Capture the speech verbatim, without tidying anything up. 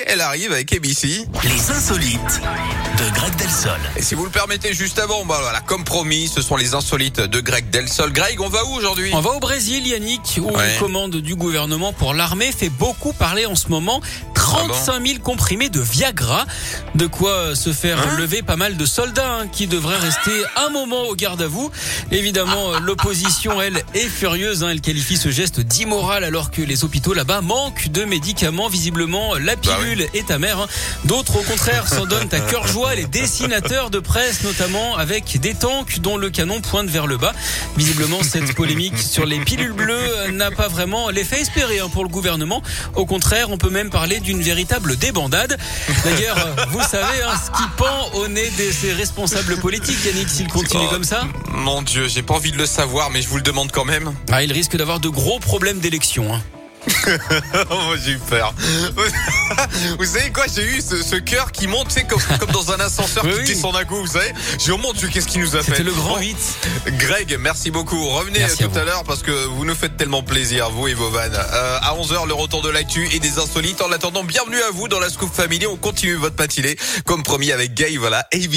elle arrive avec A B C. Les insolites de Greg Delsol. Et si vous le permettez, juste avant, bah voilà, comme promis, ce sont les insolites de Greg Delsol. Greg, on va où aujourd'hui? On va au Brésil, Yannick, où Ouais. une commande du gouvernement pour l'armée fait beaucoup parler en ce moment. trente-cinq mille comprimés de Viagra. De quoi se faire Hein lever pas mal de soldats hein, qui devraient rester un moment au garde à vous. Évidemment, l'opposition, elle, est furieuse. Hein. Elle qualifie ce geste d'immoral alors que les hôpitaux là-bas manquent de médicaments. Visiblement, la pilule bah oui. est amère. Hein. D'autres, au contraire, s'en donnent à cœur joie. Les dessinateurs de presse, notamment avec des tanks dont le canon pointe vers le bas. Visiblement, cette polémique sur les pilules bleues n'a pas vraiment l'effet espéré hein, pour le gouvernement. Au contraire, on peut même parler d'une véritable débandade. D'ailleurs, vous savez hein, ce qui pend au nez de ces responsables politiques, Yannick, s'ils continuent Oh, comme ça. Mon Dieu, j'ai pas envie de le savoir, mais je vous le demande quand même. Ah, ils risquent d'avoir de gros problèmes d'élection. Hein. Oh, j'ai eu peur. Vous savez quoi, j'ai eu ce, ce cœur qui monte, tu sais, comme, comme dans un ascenseur Oui, qui oui. descend d'un coup, vous savez. J'ai oh mon Dieu, qu'est-ce qu'il nous a fait? C'était le grand Bon, huit. Greg, merci beaucoup. Revenez Merci à tout vous. à l'heure parce que vous nous faites tellement plaisir, vous et vos vannes. Euh, à onze heures, le retour de l'actu et des insolites. En attendant, bienvenue à vous dans la Scoop Family. On continue votre matinée, comme promis avec Gay, voilà. Et